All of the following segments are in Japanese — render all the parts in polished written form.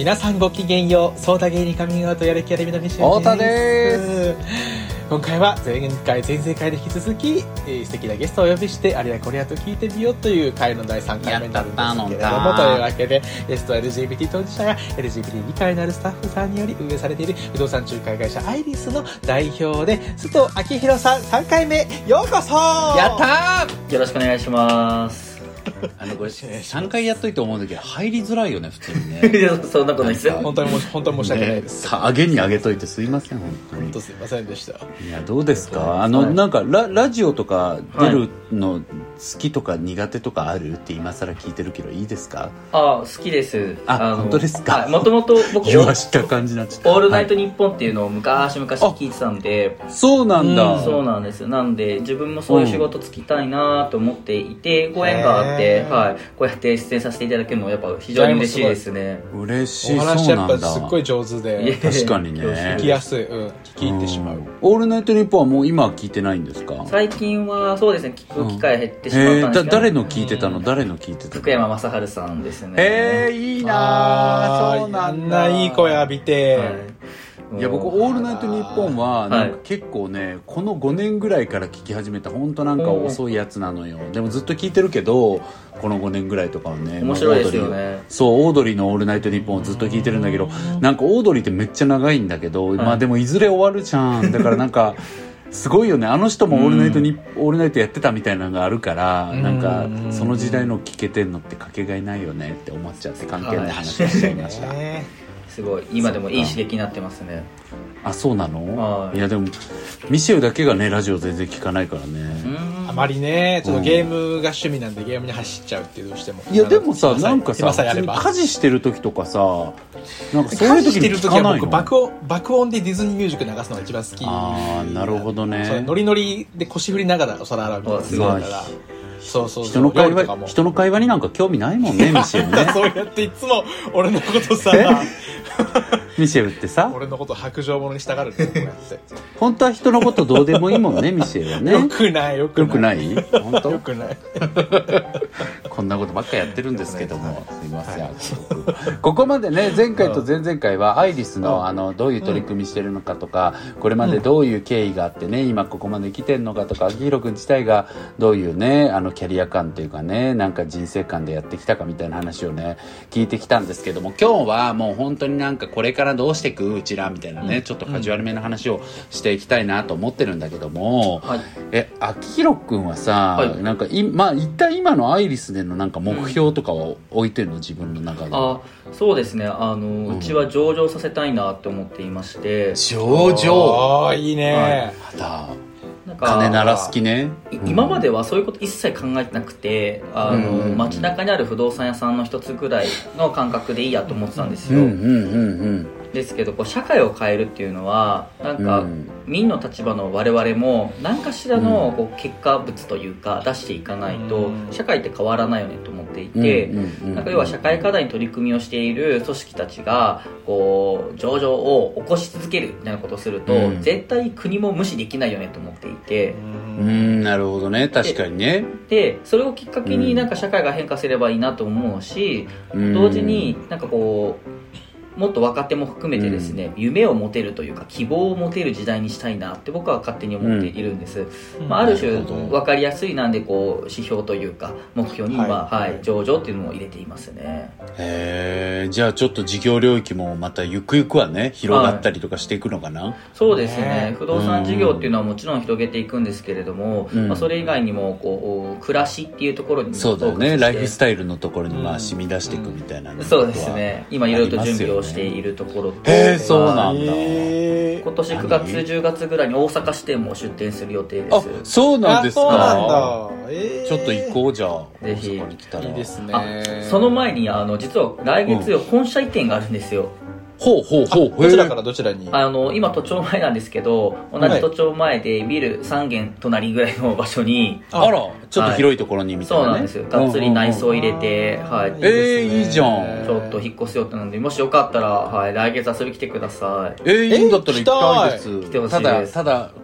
皆さんごきげんよう。ソーダ芸人カミングアウトやる気ありみの西野太田です。 今回は前々回で引き続き、素敵なゲストをお呼びしてあれやこれやと聞いてみようという回の第3回目になるんですけれども、というわけでゲストは LGBT 当事者や LGBT 理解のあるスタッフさんにより運営されている不動産仲介会社アイリスの代表で須藤明宏さん、3回目ようこそ。 やったー。 よろしくお願いします。 これ3回やっといて思うんだけど入りづらいよね普通にね。 いやそんなことないですよ。 本当に申し訳ないです、 ね、上げに上げといてすいません本当すいませんでした。 いやどうですか、なんかラジオとか出るの好きとか苦手とかあるって今更聞いてるけどいいですか？ 好きです。 本当ですか？ もともと僕言わした感じになっちゃった。 オールナイトニッポンっていうのを昔聞いてたんで。 そうなんだ。 そうなんですよ。なんで自分もそういう仕事つきたいなと思っていて、ご縁があって、はい、こうやって出演させていただけるのはやっぱ非常に嬉しいですね。 嬉しい。 お話やっぱすっごい上手で確かにね聞きやすい、聞き入ってしまう。 オールナイトニッポンはもう今は聞いてないんですか？ 最近はそうですね、聞く機会減ってしまったんですけど、 誰の聞いてたの？誰の聞いてたの？ 福山雅治さんですね。 いいな。そうなんだ。 いい声浴びて、 いや僕オールナイトニッポンはなんか結構ね、この5年ぐらいから聞き始めた本当なんか遅いやつなのよ。でもずっと聞いてるけどこの5年ぐらいとかはね面白いですよね。 そうオードリーのオールナイトニッポンをずっと聞いてるんだけど、なんかオードリーってめっちゃ長いんだけど、まあでもいずれ終わるじゃん。だからなんかすごいよね。あの人もオールナイトやってたみたいなのがあるから、なんかその時代の聞けてんのってかけがえないよねって思っちゃって関係ない話をしちゃいました。 すごい今でもいい刺激になってますね。 あ、そうなの？いやでもミシェルだけがねラジオ全然聞かないからね。 あまりね、ちょっとゲームが趣味なんでゲームに走っちゃうっていうどうしても。 いやでもさ、なんかさ家事してる時とかさ、なんかそういう時に聞かないの？ 僕爆音でディズニーミュージック流すのが一番好き。 ああなるほどね。 ノリノリで腰振りながらお皿洗うみたいなすごいから。そう人の会話になんか興味ないもんねミシェルね。 そうやっていつも俺のことさミシェルってさ俺のこと白状者にしたがるんだよこうやって本当は人のことどうでもいいもんねミシェルはね。 よくないよくない本当よくないこんなことばっかやってるんですけども、すいません、ここまでね前回と前々回はアイリスのどういう取り組みしてるのかとか、これまでどういう経緯があってね今ここまで来てんのかとか、明宏君自体がどういうねキャリア感というかね、なんか人生観でやってきたかみたいな話をね聞いてきたんですけども、今日はもう本当になんかこれからどうしていくうちらみたいなね、ちょっとカジュアルめの話をしていきたいなと思ってるんだけども、明宏君はさ、なんか一体今のアイリスでのなんか目標とかを置いてるの自分の中で？ そうですね、うちは上場させたいなって思っていまして。 上場？ いいね。 なんか金なら好きね。 今まではそういうこと一切考えてなくて、街中にある不動産屋さんの一つぐらいの感覚でいいやと思ってたんですよ。ですけど社会を変えるっていうのはなんか、民の立場の我々も何かしらの結果物というか出していかないと社会って変わらないよねと思っていて、なんか要は社会課題に取り組みをしている組織たちが上場を起こし続けるみたいなことをすると、絶対国も無視できないよねと思っていて。 なるほどね、確かにね。 でそれをきっかけになんか社会が変化すればいいなと思うし、同時になんかもっと若手も含めてですね、夢を持てるというか希望を持てる時代にしたいなって僕は勝手に思っているんです。ある種分かりやすいなんで指標というか目標に今、上場っていうのを入れていますね。 じゃあちょっと事業領域もまたゆくゆくはね広がったりとかしていくのかな？ そうですね、不動産事業っていうのはもちろん広げていくんですけれども、それ以外にも暮らしっていうところにもそうだよね、ライフスタイルのところに染み出していくみたいな、 そうですね、今いろいろと準備をしているところで、 そうなんだ。 今年9月10月ぐらいに大阪支店も出店する予定です。 そうなんですか。 そうなんだ。 ちょっと行こうじゃあ。 ぜひ。 大阪に来たら。 いいですね。 その前に実は来月本社移転があるんですよ。 どちらからどちらに？ 今都庁前なんですけど、同じ都庁前でビル3軒隣ぐらいの場所に、 ちょっと広いところにみたいなね。 そうなんですよ。がっつり内装入れて、 いいじゃん。 ちょっと引っ越すよってなので、もしよかったら来月遊び来てください。 いいんだったら行きたいです。 来てほしいです。 ただ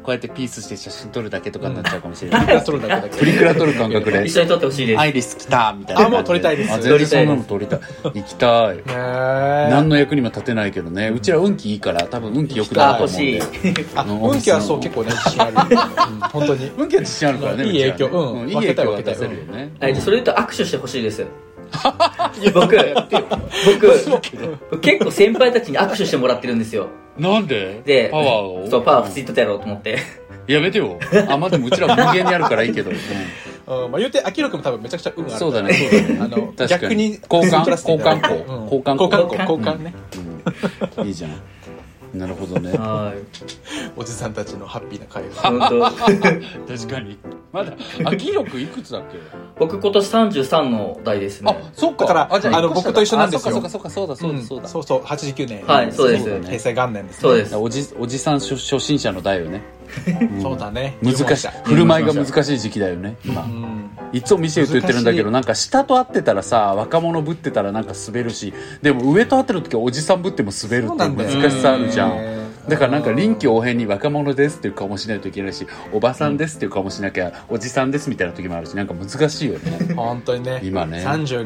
うやってピースして写真撮るだけとかになっちゃうかもしれない。 プリクラ撮るだけだけプリクラ撮る感覚で一緒に撮ってほしいです。 アイリス来たみたいな。 あ、もう撮りたいです。 あ、全然そんなの撮りたい。行きたい。何の役にも立てないけどね。うちら運気いいから多分運気良くなると思うんで。 運気はそう結構ね自信ある。本当に。 運気は自信あるからね。 いい影響。 いい影響は出せるよね。 それ言うと握手してほしいです。僕結構先輩たちに握手してもらってるんですよ。 なんで？ で、 パワーを？ そう、パワーついとったやろうと思って。 やめてよ。まあでもうちら無限にあるからいいけど。 まあ言うて、アキロ君も多分めちゃくちゃ運ある。 そうだね。 逆に交換ね。いいじゃん。なるほどね。 おじさんたちのハッピーな会話。 確かに。まだ秋力いくつだっけ？ 僕今年33の代ですね。 あ、そっか。 だから僕と一緒なんですよ。 そうだ。 そう89年。 はい、そうです。 平成元年です。 そうです。 おじさん初心者の代よね。 そうだね。 難しい。振る舞いが難しい時期だよね。今。いつも店と言ってるんだけど、なんか下と会ってたらさ、若者ぶってたらなんか滑るし、でも上と会ってる時はおじさんぶっても滑るっていう難しさあるじゃん。だからなんか臨機応変に若者ですっていう顔もしないといけないし、おばさんですっていう顔もしなきゃおじさんですみたいな時もあるし、なんか難しいよね。 本当にね。 今ね。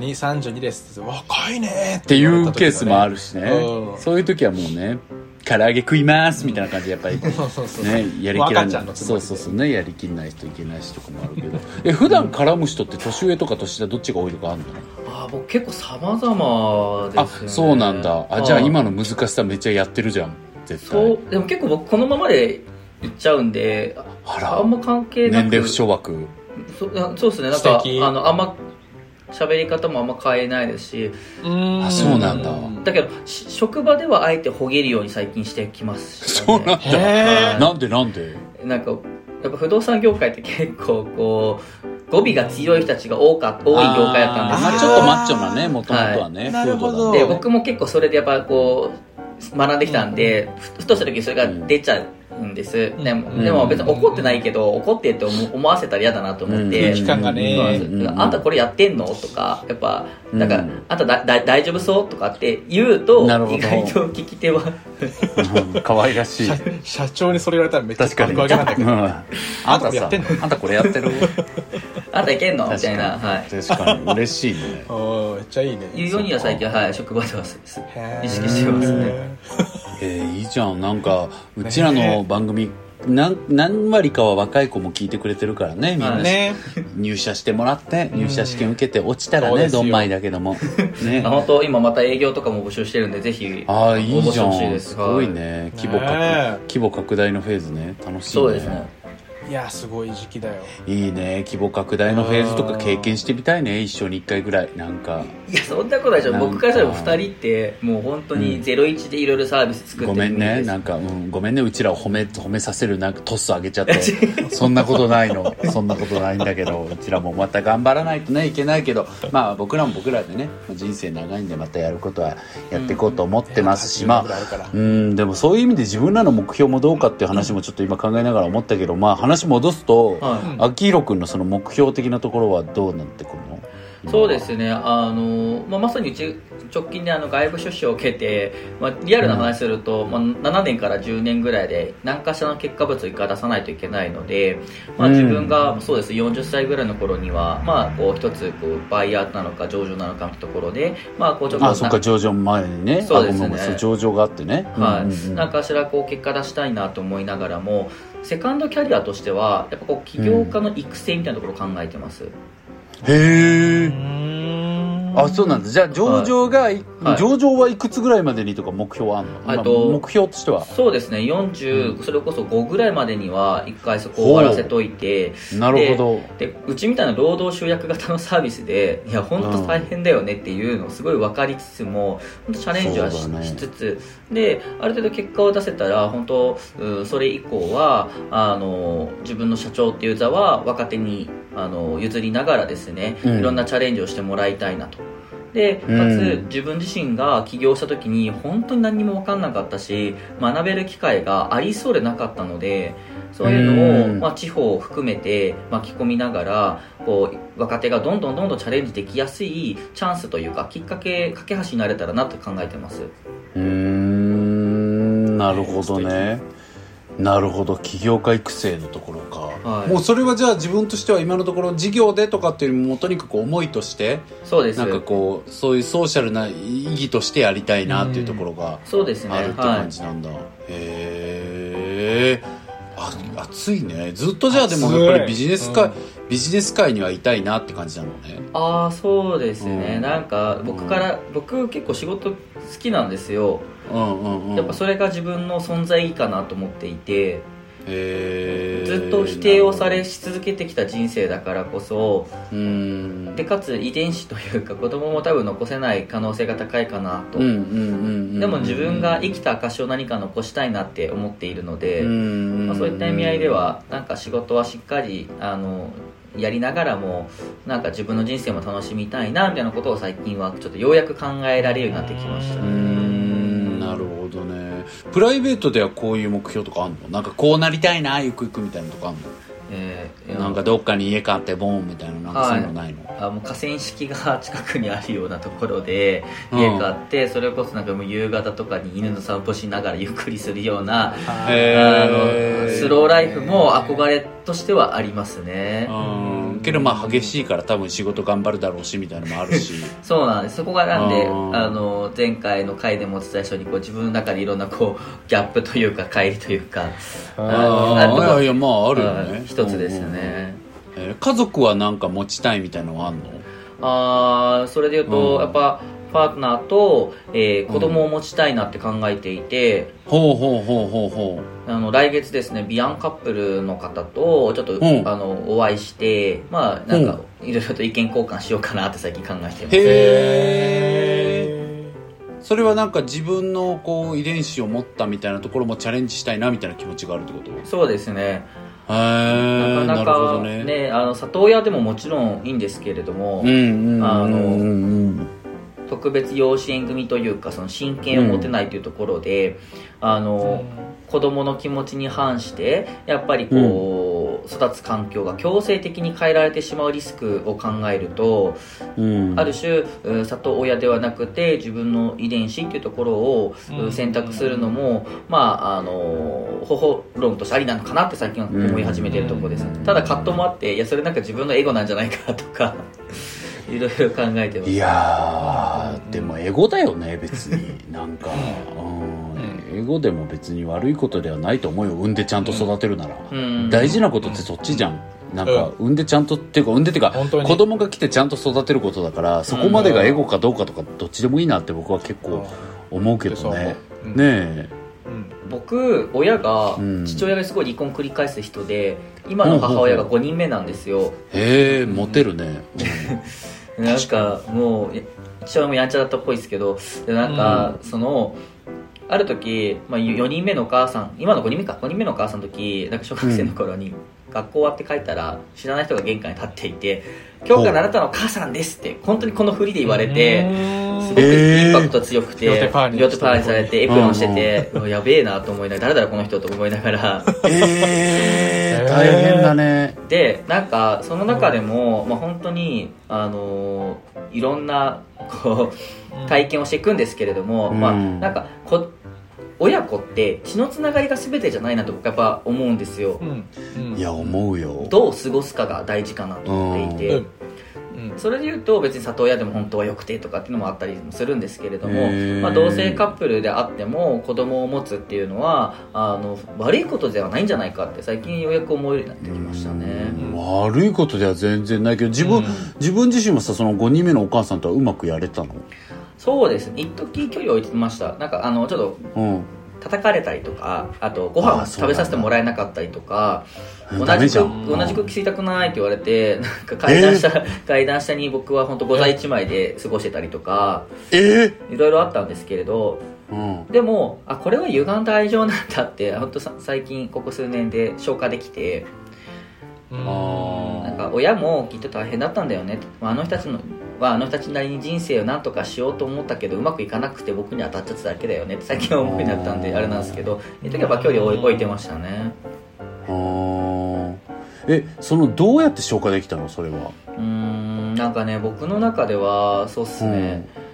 32です若いねっていうケースもあるしね。そういう時はもうね、唐揚げ食いますみたいな感じでやっぱりね、やりきらない。そうね、やりきんない人いけないしとかもあるけど。普段絡む人って年上とか年下どっちが多いとかあるの？ 僕結構様々ですね。 そうなんだ。じゃあ今の難しさめっちゃやってるじゃん。 そうでも結構僕このままでいっちゃうんで、あんま関係なく年齢不詳枠。 そうですね。なんかあんま喋り方もあんま変えないですし。 そうなんだ。 だけど職場ではあえてほげるように最近してきますし、 ね。そうなんだ。なんでなんかやっぱ不動産業界って結構こう語尾が強い人たちが多い業界だったんですけど、 ちょっとマッチョなね、もともとはね。 なるほど。 で僕も結構それでやっぱこう学んできたんで、ふとした時にそれが出ちゃうんです。でも別に怒ってないけど、怒ってって思わせたら嫌だなと思って。 空気感がね。 あんたこれやってんのとか、やっぱ、なんか、あんた大丈夫そうとかって言うと、意外と聞き手は。 可愛らしい。 社長にそれ言われたらめっちゃ爆上げなんだけど。あんたこれやってんの？ あんたこれやってる？ あんたいけんのみたいな。 確かに嬉しいね。 めっちゃいいね。 いうようには最近は職場では意識してますね。 いいじゃん。なんかうちらの番組何割かは若い子も聞いてくれてるからね。みんな入社してもらって入社試験受けて落ちたらね、どんまいだけどもね。 本当今また営業とかも募集してるんで、ぜひ応募してほしいです。 すごいね。規模拡大のフェーズね。楽しいね。 そうですね。 いやすごい時期だよ。 いいね。規模拡大のフェーズとか経験してみたいね。一生に1回ぐらい。なんかいやそんなことないじゃん。僕からしたら2人ってもう本当に01でいろいろサービス作ってる。 ごめんね。なんかごめんね。うちらを褒めさせるなんかトス上げちゃってそんなことないの。そんなことないんだけど、うちらもまた頑張らないとねいけないけど、まあ僕らも僕らでね、人生長いんでまたやることはやっていこうと思ってますし、まあでもそういう意味で自分らの目標もどうかっていう話もちょっと今考えながら思ったけど、まあ話戻すと、秋広くんのその目標的なところはどうなってくるの？ そうですね。まさにうち直近で外部出資を受けて、リアルな話すると、7年から10年ぐらいで何かしらの結果物を一回出さないといけないので、自分がそうです40歳ぐらいの頃には、こう一つこうバイヤーなのか上場なのかのところで、こうちょっとそっか上場前にね。 そうですね。 上場があってね。 何かしらこう結果出したいなと思いながらも、セカンドキャリアとしてはやっぱこう起業家の育成みたいなところを考えてます。 へー。そうなんだ。じゃあ上場はいくつぐらいまでにとか目標はあるの？目標としてはそうですね。40、それこそ5ぐらいまでには一回そこを終わらせといて。 なるほど。 でうちみたいな労働集約型のサービスで、いや本当大変だよねっていうのをすごい分かりつつも、本当チャレンジは しつつで、ある程度結果を出せたら本当それ以降は自分の社長っていう座は若手に譲りながらですね、いろんなチャレンジをしてもらいたいなと。でかつ自分自身が起業した時に本当に何も分かんなかったし、学べる機会がありそうでなかったので、そういうのを、地方を含めて巻き込みながら、こう若手がどんどんチャレンジできやすいチャンスというかきっかけ架け橋になれたらなと考えてます。 なるほどね。 なるほど、起業家育成のところか、 はい、 もうそれはじゃあ自分としては今のところ事業でとかっていうよりもとにかく思いとして、 そうです、 なんかこうそういうソーシャルな意義としてやりたいなっていうところがそうですね、 あるって感じなんだ、はい、へえ、熱いね。ずっとじゃあでもやっぱりビジネス界にはいたいなって感じなのね。 ああ、そうですね、なんか僕結構仕事好きなんですよ、やっぱそれが自分の存在意義かなと思っていて、ずっと否定をし続けてきた人生だからこそ、でかつ遺伝子というか子供も多分残せない可能性が高いかなと、でも自分が生きた証を何か残したいなって思っているので、そういった意味合いではなんか仕事はしっかりやりながらもなんか自分の人生も楽しみたいなみたいなことを最近はちょっとようやく考えられるようになってきましたね。 なるほどね。プライベートではこういう目標とかあるの？なんかこうなりたいな、ゆくゆくみたいなのとかあるの？なんかどっかに家買ってボーンみたいな、なんかそういうのないの？ もう河川敷が近くにあるようなところで家買って、それこそなんかもう夕方とかに犬の散歩しながらゆっくりするようなスローライフも憧れとしてはありますね。 けどまあ激しいから多分仕事頑張るだろうしみたいなのもあるしそうなんです。そこがなんで前回の回でもお伝えしたようにこう自分の中でいろんなこうギャップというか乖離というかいやまああるよね。 一つですよね。 家族はなんか持ちたいみたいなのはあんの？ それでいうと、やっぱパートナーと、子供を持ちたいなって考えていて、来月ですね、ビアンカップルの方とちょっと、お会いして、まあなんかいろいろと意見交換しようかなって最近考えています。 それはなんか自分のこう遺伝子を持ったみたいなところもチャレンジしたいなみたいな気持ちがあるってこと？ そうですね。なかなかね、里親でももちろんいいんですけれども、特別養子縁組というかその親権を持てないというところで、子供の気持ちに反してやっぱりこう、育つ環境が強制的に変えられてしまうリスクを考えると、ある種里親ではなくて自分の遺伝子っていうところを選択するのも、まあ方法論としてありなのかなって最近思い始めているところです。ただ葛藤もあって、いやそれなんか自分のエゴなんじゃないかとかいろいろ考えてます。 いやーでもエゴだよね別になんか、エゴでも別に悪いことではないと思うよ。産んでちゃんと育てるなら、大事なことってそっちじゃん。なんか産んでちゃんとっていうか子供が来てちゃんと育てることだから、そこまでがエゴかどうかとかどっちでもいいなって僕は結構思うけどね。ねえ、 僕親が、父親がすごい離婚繰り返す人で、今の母親が5人目なんですよ。 へえ、モテるね。 なんかもう父親もやんちゃだったっぽいですけど、なんかそのある時、4人目のお母さん、今の5人目のお母さんの時、なんか小学生の頃に学校終わって帰ったら知らない人が玄関に立っていて、今日からあなたのお母さんですって本当にこの振りで言われて、すごくインパクト強くて、両手パーにされてエプロンしてて、やべえなと思いながら、誰だろこの人と思いながら大変だね。 でなんかその中でも、本当にいろんなこう体験をしていくんですけれども、なんか親子って血のつながりが全てじゃないなと僕やっぱ思うんですよ。 いや思うよ。 どう過ごすかが大事かなと思っていて、それで言うと別に里親でも本当はよくてとかっていうのもあったりもするんですけれども、同性カップルであっても子供を持つっていうのは悪いことではないんじゃないかって最近ようやく思えるようになってきましたね。 悪いことでは全然ないけど、自分自身もさ、その5人目のお母さんとはうまくやれたの？ そうですね、一時距離を置いてました。なんかちょっと、叩かれたりとか、あとご飯食べさせてもらえなかったりとか、同じく吸いたくないって言われて、なんか階段下に僕は本当ござ1枚で過ごしてたりとか、いろいろあったんですけれど、でもこれは歪んだ愛情なんだって本当最近ここ数年で消化できて、なんか親もきっと大変だったんだよね、あの人たちなりに人生を何とかしようと思ったけどうまくいかなくて僕に当たっちゃっただけだよねって最近は思いになったんであれなんですけど、時はやっぱ距離を置いてましたね。 そのどうやって消化できたのそれは？ なんかね、僕の中ではそうっすね、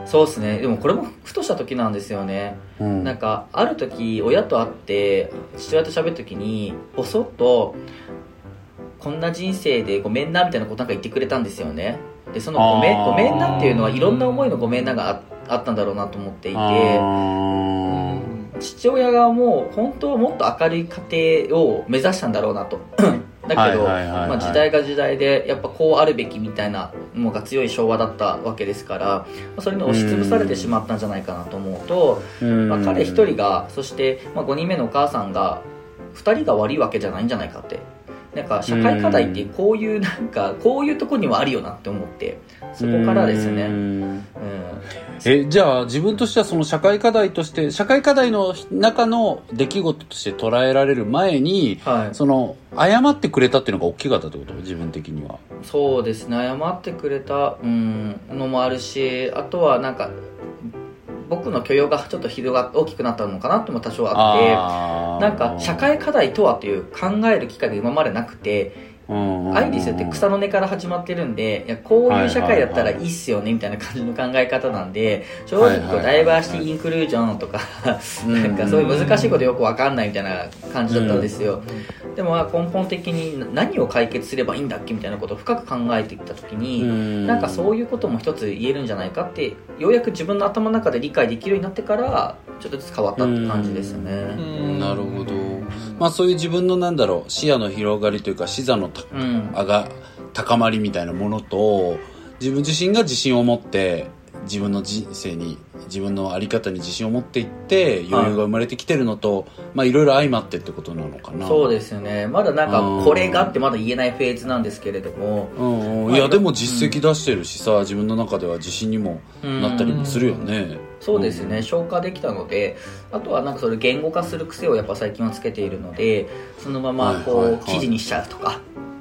そうですね。でもこれもふとした時なんですよね、なんかある時親と会って父親と喋る時にボソッとこんな人生でごめんなみたいなことなんか言ってくれたんですよね。でそのごめんなっていうのはいろんな思いのごめんながあったんだろうなと思っていて、父親がもう本当はもっと明るい家庭を目指したんだろうなとだけど時代が時代でやっぱこうあるべきみたいなのが強い昭和だったわけですから、それに押しつぶされてしまったんじゃないかなと思うと、彼一人がそして、5人目のお母さんが2人が悪いわけじゃないんじゃないかって、なんか社会課題ってこういうなんかこういうとこにもあるよなって思って、そこからですね。 じゃあ自分としてはその社会課題として社会課題の中の出来事として捉えられる前に、その謝ってくれたっていうのが大きかったってこと？自分的には。そうですね、 謝ってくれた、のもあるし、あとはなんか僕の許容がちょっと大きくなったのかなっても多少あって、なんか社会課題とはという考える機会が今までなくて、アイリスって草の根から始まってるんで、いやこういう社会だったらいいっすよねみたいな感じの考え方なんで、正直ダイバーシティインクルージョンとかなんかそういう難しいことよく分かんないみたいな感じだったんですよ。でも根本的に何を解決すればいいんだっけみたいなことを深く考えていった時に、なんかそういうことも一つ言えるんじゃないかって、ようやく自分の頭の中で理解できるようになってからちょっとずつ変わったって感じですよね。 なるほど。そういう自分の視野の広がりというか視座の高まりみたいなものと、自分自身が自信を持って自分の人生に自分の在り方に自信を持っていって余裕が生まれてきてるのと、いろいろ相まってってことなのかな。 そうですよね。まだなんかこれがってまだ言えないフェーズなんですけれども、 いやでも実績出してるしさ、自分の中では自信にもなったりもするよね。 そうですね、消化できたので、あとはなんかそれ言語化する癖をやっぱ最近はつけているので、そのまま記事にしちゃうとか。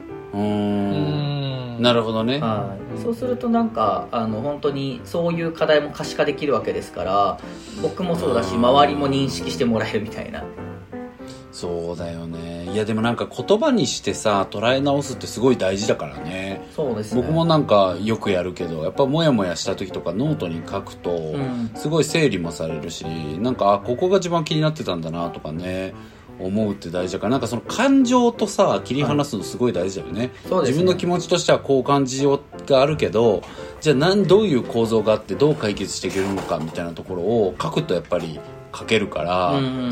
なるほどね。 そうするとなんか本当にそういう課題も可視化できるわけですから、僕もそうだし周りも認識してもらえるみたいな。 そうだよね。いやでもなんか言葉にしてさ捉え直すってすごい大事だからね。 そうですね。 僕もなんかよくやるけど、やっぱモヤモヤした時とかノートに書くとすごい整理もされるし、なんかここが一番気になってたんだなとかね思うって大事だから、なんかその感情とさ切り離すのすごい大事だよね。自分の気持ちとしてはこう感じようがあるけど、じゃあどういう構造があってどう解決していけるのかみたいなところを書くとやっぱり書けるから、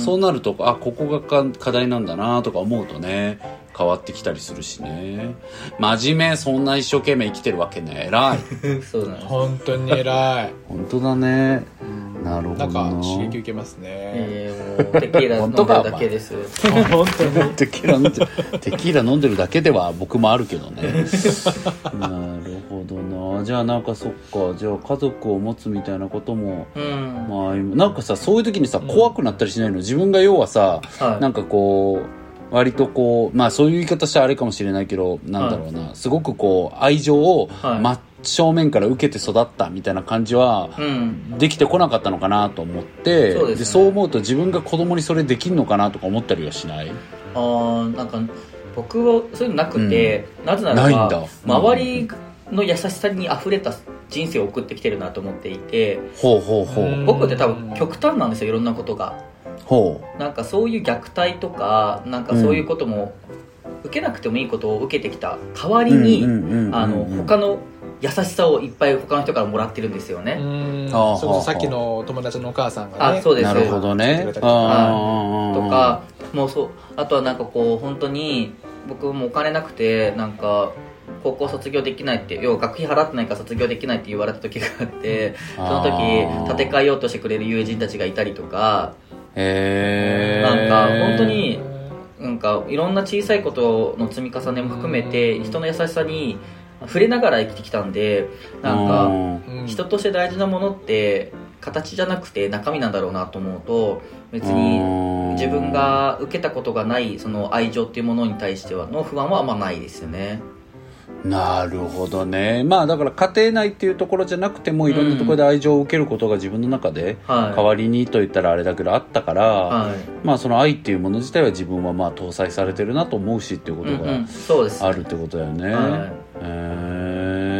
そうなるとここが課題なんだなとか思うとね変わってきたりするしね。真面目、そんな一生懸命生きてるわけね。偉いそうなんです。 本当に偉い本当だね。なるほどな。 なんか刺激受けますね。 もうテキーラ飲んでるだけです本当にテキーラ飲んでるだけでは僕もあるけどねなるほどな。じゃあなんかそっか、じゃあ家族を持つみたいなことも、なんかさそういう時にさ怖くなったりしないの？自分が要はさ、なんかこう割とこうそういう言い方したらあれかもしれないけど、なんだろうな、すごくこう愛情を真正面から受けて育ったみたいな感じはできてこなかったのかなと思って、でそう思うと自分が子供にそれできるのかなとか思ったりはしない？ なんか僕はそういうのなくて、なぜならば周りの優しさに溢れた人生を送ってきてるなと思っていて、僕って多分極端なんですよ、いろんなことが。なんかそういう虐待とかなんかそういうことも受けなくてもいいことを受けてきた代わりに他の優しさをいっぱい他の人からもらってるんですよね。 それこそさっきの友達のお母さんがね。 そうです。 なるほどね。 とかもうあとはなんかこう本当に僕もお金なくてなんか高校卒業できないって、要は学費払ってないから卒業できないって言われた時があって、その時建て替えようとしてくれる友人たちがいたりとか、なんか本当になんかいろんな小さいことの積み重ねも含めて人の優しさに触れながら生きてきたんで、なんか人として大事なものって形じゃなくて中身なんだろうなと思うと、別に自分が受けたことがないその愛情っていうものに対してはの不安はあんまないですよね。 なるほどね。だから家庭内っていうところじゃなくてもいろんなところで愛情を受けることが自分の中で代わりにと言ったらあれだけどあったから、その愛っていうもの自体は自分は搭載されてるなと思うしっていうことがあるってことだよね。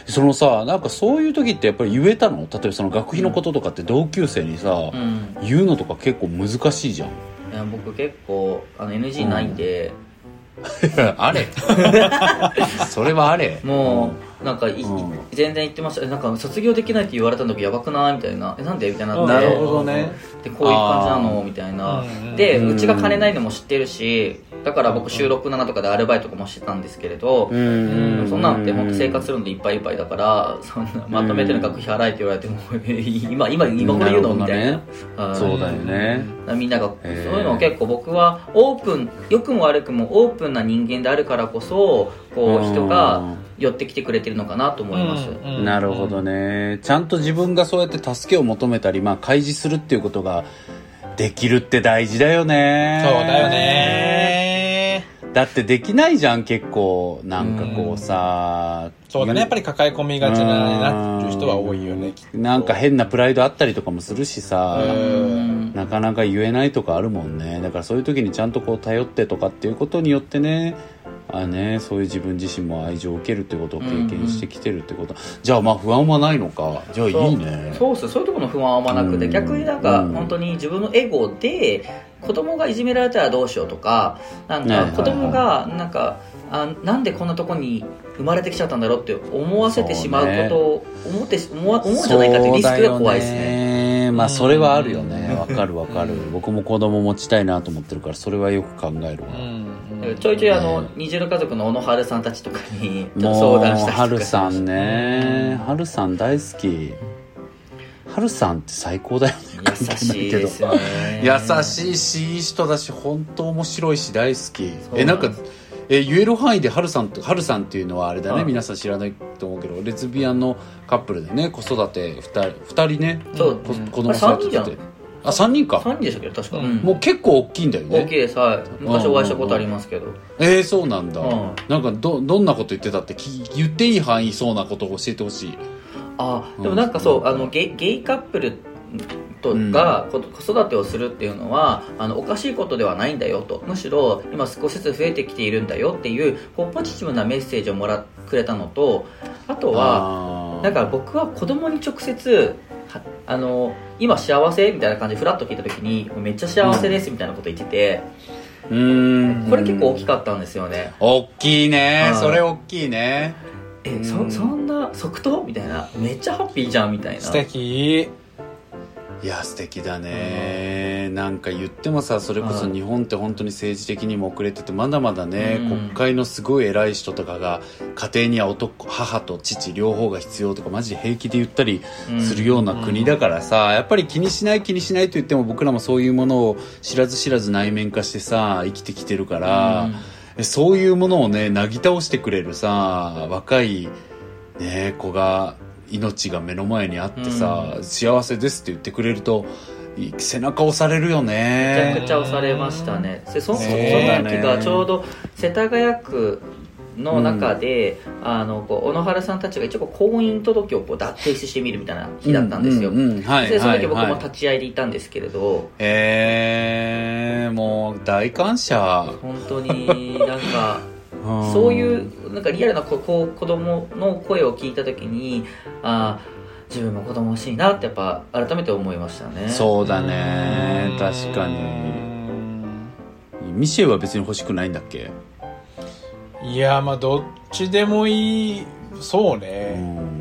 そのさ、なんかそういう時ってやっぱり言えたの？例えばその学費のこととかって同級生にさ、言うのとか結構難しいじゃん。 いや僕結構NG ないんで、 あれそれはあれもうなんか全然言ってました。なんか卒業できないって言われたんだけどやばくないみたいな、なんでみたいになって、 なるほどね。 でこういう感じなのみたいな、でうちが金ないのも知ってるし、だから僕収録7とかでアルバイトとかもしてたんですけれど、そんなんって本当生活するのでいっぱいいっぱいだから、そんなまとめての学費払えって言われても今これ言うのみたいな、 そうだよね。 みんながそういうのを結構僕はオープン、良くも悪くもオープンな人間であるからこそ、こう人が寄ってきてくれてるのかなと思います。 なるほどね。ちゃんと自分がそうやって助けを求めたり、開示するっていうことができるって大事だよね。 そうだよね。 だってできないじゃん、結構なんかこうさ、 そうだね、やっぱり抱え込みがちなる人は多いよね。 なんか変なプライドあったりとかもするしさ、なかなか言えないとかあるもんね。だからそういう時にちゃんとこう頼ってとかっていうことによってね、そういう自分自身も愛情を受けるってことを経験してきてるってこと、じゃあ不安はないのか。じゃあいいね。 そういうところの不安はあんまなくて、逆になんか本当に自分のエゴで子供がいじめられたらどうしようとか、なんか子供がなんかなんでこんなとこに生まれてきちゃったんだろうって思わせてしまうことを思うんじゃないかっていうリスクが怖いですね。 それはあるよね。わかるわかる。僕も子供持ちたいなと思ってるから、それはよく考えるわ。 ちょいちょい二重の家族の小野春さんたちとかにちょっと相談したりとかしました。 春さんね、春さん大好き。春さんって最高だよね。 優しいですよね。 優しいし、いい人だし、本当面白いし大好き。なんか言える範囲で春さんっていうのはあれだね、皆さん知らないと思うけど、レズビアンのカップルでね、子育て2人ね、子供育ててて、3人か。 3人でしたけど確か、 もう結構大きいんだよね。 大きいです。はい。昔お会いしたことありますけど。 そうなんだ。なんかどんなこと言ってたって、言っていい範囲そうなことを教えてほしい。 でもなんかそうゲイカップルが子育てをするっていうのはおかしいことではないんだよと、むしろ今少しずつ増えてきているんだよっていうポジティブなメッセージをくれたのと、あとはなんか僕は子供に直接今幸せみたいな感じでフラッと聞いた時にめっちゃ幸せですみたいなこと言ってて、これ結構大きかったんですよね。 大きいね、それ大きいね。 そんな即答みたいな、めっちゃハッピーじゃんみたいな。 素敵。 いや素敵だね。なんか言ってもさ、それこそ日本って本当に政治的にも遅れてて、まだまだね、国会のすごい偉い人とかが家庭には母と父両方が必要とかマジで平気で言ったりするような国だからさ、やっぱり気にしないと言っても、僕らもそういうものを知らず内面化してさ生きてきてるから、そういうものをねなぎ倒してくれるさ若い、ね、子が命が目の前にあってさ、幸せですって言ってくれると背中押されるよね。 めちゃくちゃ押されましたね。その時がちょうど世田谷区の中で、小野原さんたちが一応婚姻届を提出してみるみたいな日だったんですよ。でその時僕も立ち会いでいたんですけれど、 もう大感謝。 本当になんかそういうなんかリアルな子供の声を聞いた時に、自分も子供欲しいなってやっぱ改めて思いましたね。 そうだね、確かに。ミシェルは別に欲しくないんだっけ？ いやどっちでもいい。そうね。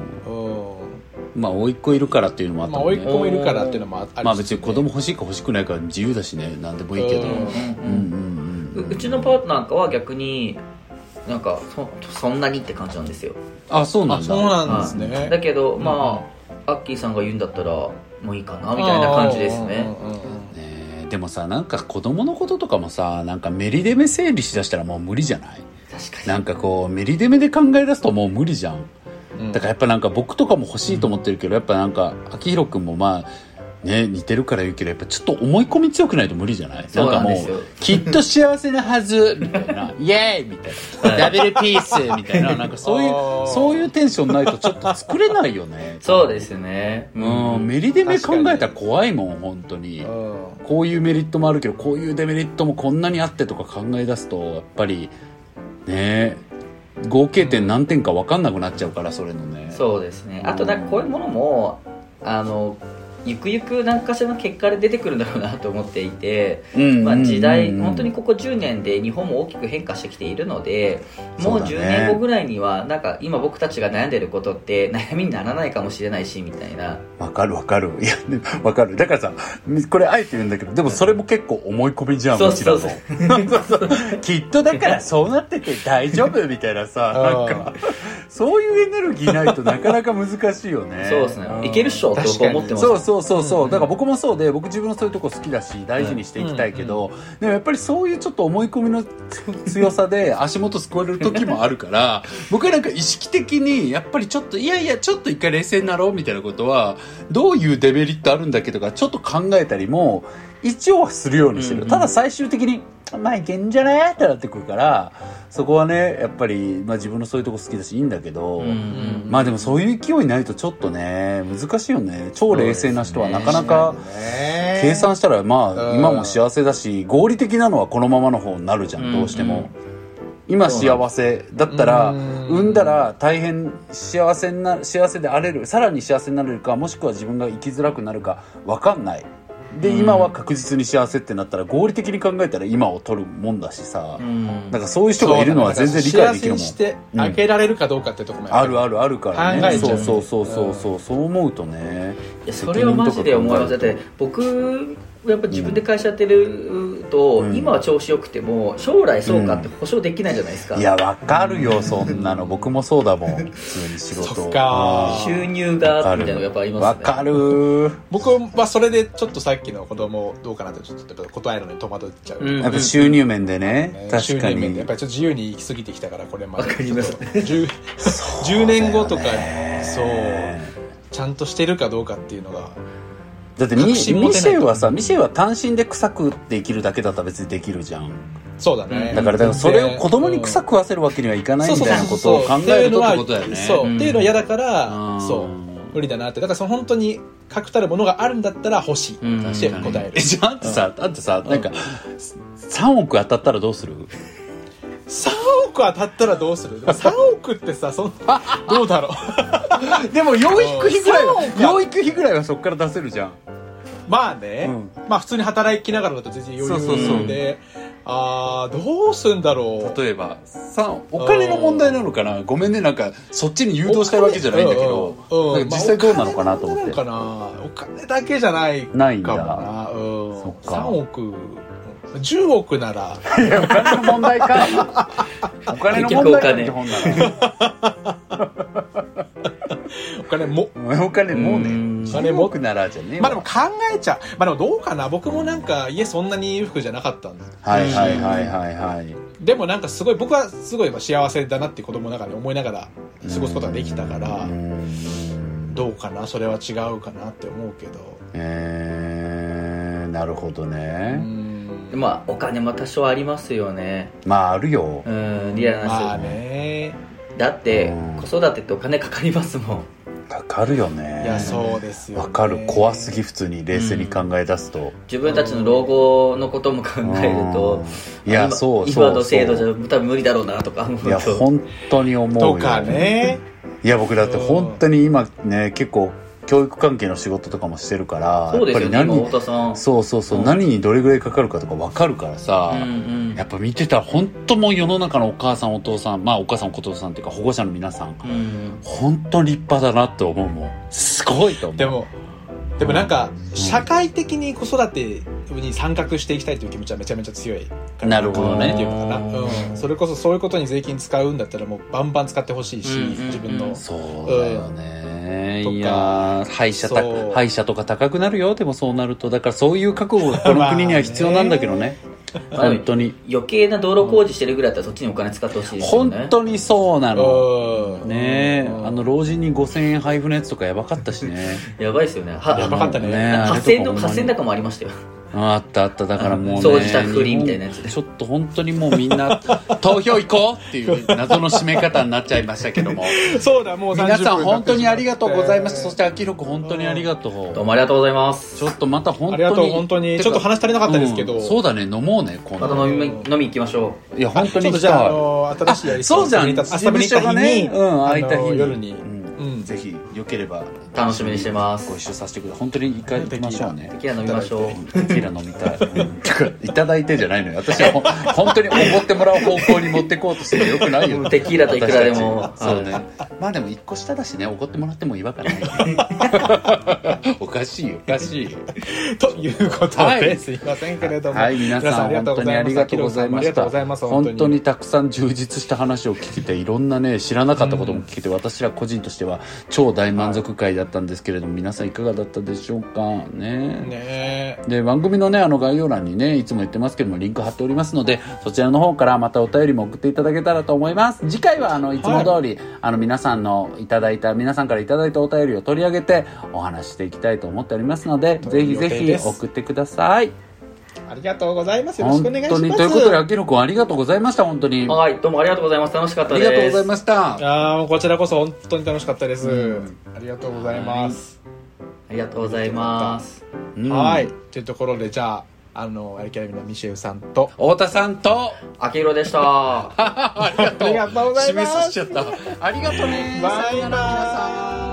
甥っ子いるからっていうのもあったもんね。 甥っ子もいるからっていうのもあるし、 別に子供欲しいか欲しくないか自由だしね、何でもいいけど。 うちのパートナーなんかは逆になんかそんなにって感じなんですよ。 そうなんだ。 そうなんですね。 だけどアッキーさんが言うんだったらもういいかなみたいな感じですね。 でもさ、なんか子供のこととかもさ、なんかメリデメ整理しだしたらもう無理じゃない？ 確かに。 なんかこうメリデメで考え出すともう無理じゃん。だからやっぱなんか僕とかも欲しいと思ってるけど、やっぱなんか秋広くんも似てるから言うけど、やっぱちょっと思い込み強くないと無理じゃない？なんかもうきっと幸せなはずみたいなイエーイみたいなダブルピースみたいな、なんかそういうテンションないとちょっと作れないよね。 そうですね。 メリデメ考えたら怖いもん本当に。こういうメリットもあるけどこういうデメリットもこんなにあってとか考え出すとやっぱりね合計点何点か分かんなくなっちゃうから、それのね。 そうですね。あとなんかこういうものもゆくゆく何かしらの結果で出てくるんだろうなと思っていて、時代本当にここ10年で日本も大きく変化してきているので、もう10年後ぐらいにはなんか今僕たちが悩んでることって悩みにならないかもしれないしみたいな。 わかる。いや、わかる。だからさ、これあえて言うんだけど、でもそれも結構思い込みじゃん、 そううちらの。きっとだからそうなってて大丈夫みたいなさ、なんかそういうエネルギーないとなかなか難しいよね。 そうですね。いけるっしょって僕は思ってます。 そう。だから僕もそうで、僕自分のそういうとこ好きだし大事にしていきたいけど、でもやっぱりそういうちょっと思い込みの強さで足元すくわれる時もあるから僕はなんか意識的にやっぱりちょっとちょっと一回冷静になろうみたいなことは、どういうデメリットあるんだけどかちょっと考えたりも一応はするようにしてる。ただ最終的にいけんじゃねってなってくるから、そこはねやっぱり、自分のそういうとこ好きだしいいんだけど、でもそういう勢いないとちょっとね難しいよね。超冷静な人はなかなか計算したら今も幸せだし、合理的なのはこのままの方になるじゃん、どうしても。今幸せだったら産んだら大変幸せであれる、さらに幸せになれるか、もしくは自分が生きづらくなるか分かんない。で今は確実に幸せってなったら合理的に考えたら今を取るもんだしさ、なんかそういう人がいるのは全然理解できるもん。 幸せにしてあげられるかどうかってところもあるからね。 考えちゃう。 そう思うとね。 いやそれはマジで思います。だって僕やっぱ自分で会社やってると、今は調子よくても将来そうかって保証できないじゃないですか。 いやわかるよそんなの。僕もそうだもん普通に仕事。 そっか収入がみたいなのがやっぱありますね。 わかる。 僕はそれでちょっとさっきの子供どうかなってちょっと答えるのに戸惑っちゃう。 やっぱ収入面でね、確かにやっぱりちょっと自由に行き過ぎてきたからこれまで。 わかります。 10年後とかそうちゃんとしてるかどうかっていうのが。 だってミシェは単身で臭くできるだけだったら別にできるじゃん。 そうだね。 だからそれを子供に臭く食わせるわけにはいかないみたいなことを考えるとってことだよね。 そうっていうのは嫌だからそう無理だなって。だからその本当に確たるものがあるんだったら欲しいって答える。 じゃああんたさなんか3億当たったらどうする ？3億当たったらどうする？3億ってさどうだろうでも養育費ぐらいはそっから出せるじゃん。 まあね、普通に働きながらだと全然余裕で、どうすんだろう。 例えばお金の問題なのかな。ごめんね、なんかそっちに誘導したいわけじゃないんだけど、なんか実際どうなのかなと思って。 お金だけじゃないかもな。そっか。3億10億ならいやお金の問題かお金の問題って本ならお金もね10億ならじゃねえわ。 でも考えちゃう。でもどうかな。僕もなんか家そんなに裕福じゃなかったんです。 はいでもなんかすごい僕はすごい幸せだなって子供の中で思いながら過ごすことができたからどうかな。それは違うかなって思うけど。 なるほどね。 お金も多少ありますよね。 あるよ。 リアルな話ね。だって子育てってお金かかりますもん。 かかるよね。 いやそうですよね。 わかる。怖すぎ。普通に冷静に考え出すと、 自分たちの老後のことも考えると、 いやそう今の制度じゃ多分無理だろうなとか思うと。 いや本当に思うよ。 とかね。 いや僕だって本当に今ね結構教育関係の仕事とかもしてるから、 そうですよね、今太田さん。 そう何にどれぐらいかかるかとか分かるからさ、やっぱ見てたら本当もう世の中のお母さんお父さん、お母さんお父さんっていうか保護者の皆さん、本当立派だなって思うもん。すごいと思う。 でもなんか社会的に子育てに参画していきたいという気持ちはめちゃめちゃ強いから。 なるほどね。 っていうのかな。それこそそういうことに税金使うんだったらもうバンバン使ってほしいし、自分の。 そうだよね。いや歯医者とか高くなるよ。でもそうなるとだからそういう覚悟がこの国には必要なんだけどね。本当に余計な道路工事してるぐらいだったらそっちにお金使ってほしいですよね。 本当にそうなのね。老人に5000円配布のやつとかやばかったしね。 やばいですよね。 やばかったね。 8000円高もありましたよ。 あっただからもうね掃除したふりみたいなやつでちょっと本当にもうみんな投票行こうっていう謎の締め方になっちゃいましたけどもそうだ、もう30分皆さん本当にありがとうございました。そしてあきろく本当にありがとう。 どうもありがとうございます。 ちょっとまた本当にありがとう、本当にちょっと話足りなかったですけど、 そうだね、飲もうね今度。 また飲み行きましょう。いや本当にちょっとじゃあ、新しいやりそうじゃん、 遊びに行った日に、 空いた日に夜に、 ぜひよければ楽しみにしてます。 ご一緒させてください。本当に一回行きましょうね。 テキーラ飲みましょう。 テキーラ飲みたい。いただいてじゃないのよ。私は本当におごってもらう方向に持ってこうとしてよくないよ。 テキーラといくらでも。 そうね。まあでも一個下だしね、おごってもらっても違和感ない。おかしい。 ということで、すいませんけれども、 はい、皆さん本当にありがとうございました。本当にたくさん充実した話を聞けて、いろんなね知らなかったことも聞けて、私ら個人としては超大満足会だったんですけれども、皆さんいかがだったでしょうかね。で番組のね概要欄にねいつも言ってますけどもリンク貼っておりますので、そちらの方からまたお便りも送っていただけたらと思います。次回はいつも通り、皆さんからいただいたお便りを取り上げてお話していきたいと思っておりますので、ぜひぜひ送ってください。 ありがとうございます。よろしくお願いします。 本当にということで、あきろくんありがとうございました。本当に。 はい、どうもありがとうございます。楽しかったです。 ありがとうございました。 もうこちらこそ本当に楽しかったです。ありがとうございます。 ありがとうございます。 はい。というところで、じゃあ、アルキャラミのミシェウさんと、 太田さんと、 あきろでした。 ありがとう。 ありがとうございます。 締めさせちゃった。ありがとうね。 バイバイ。 皆さん。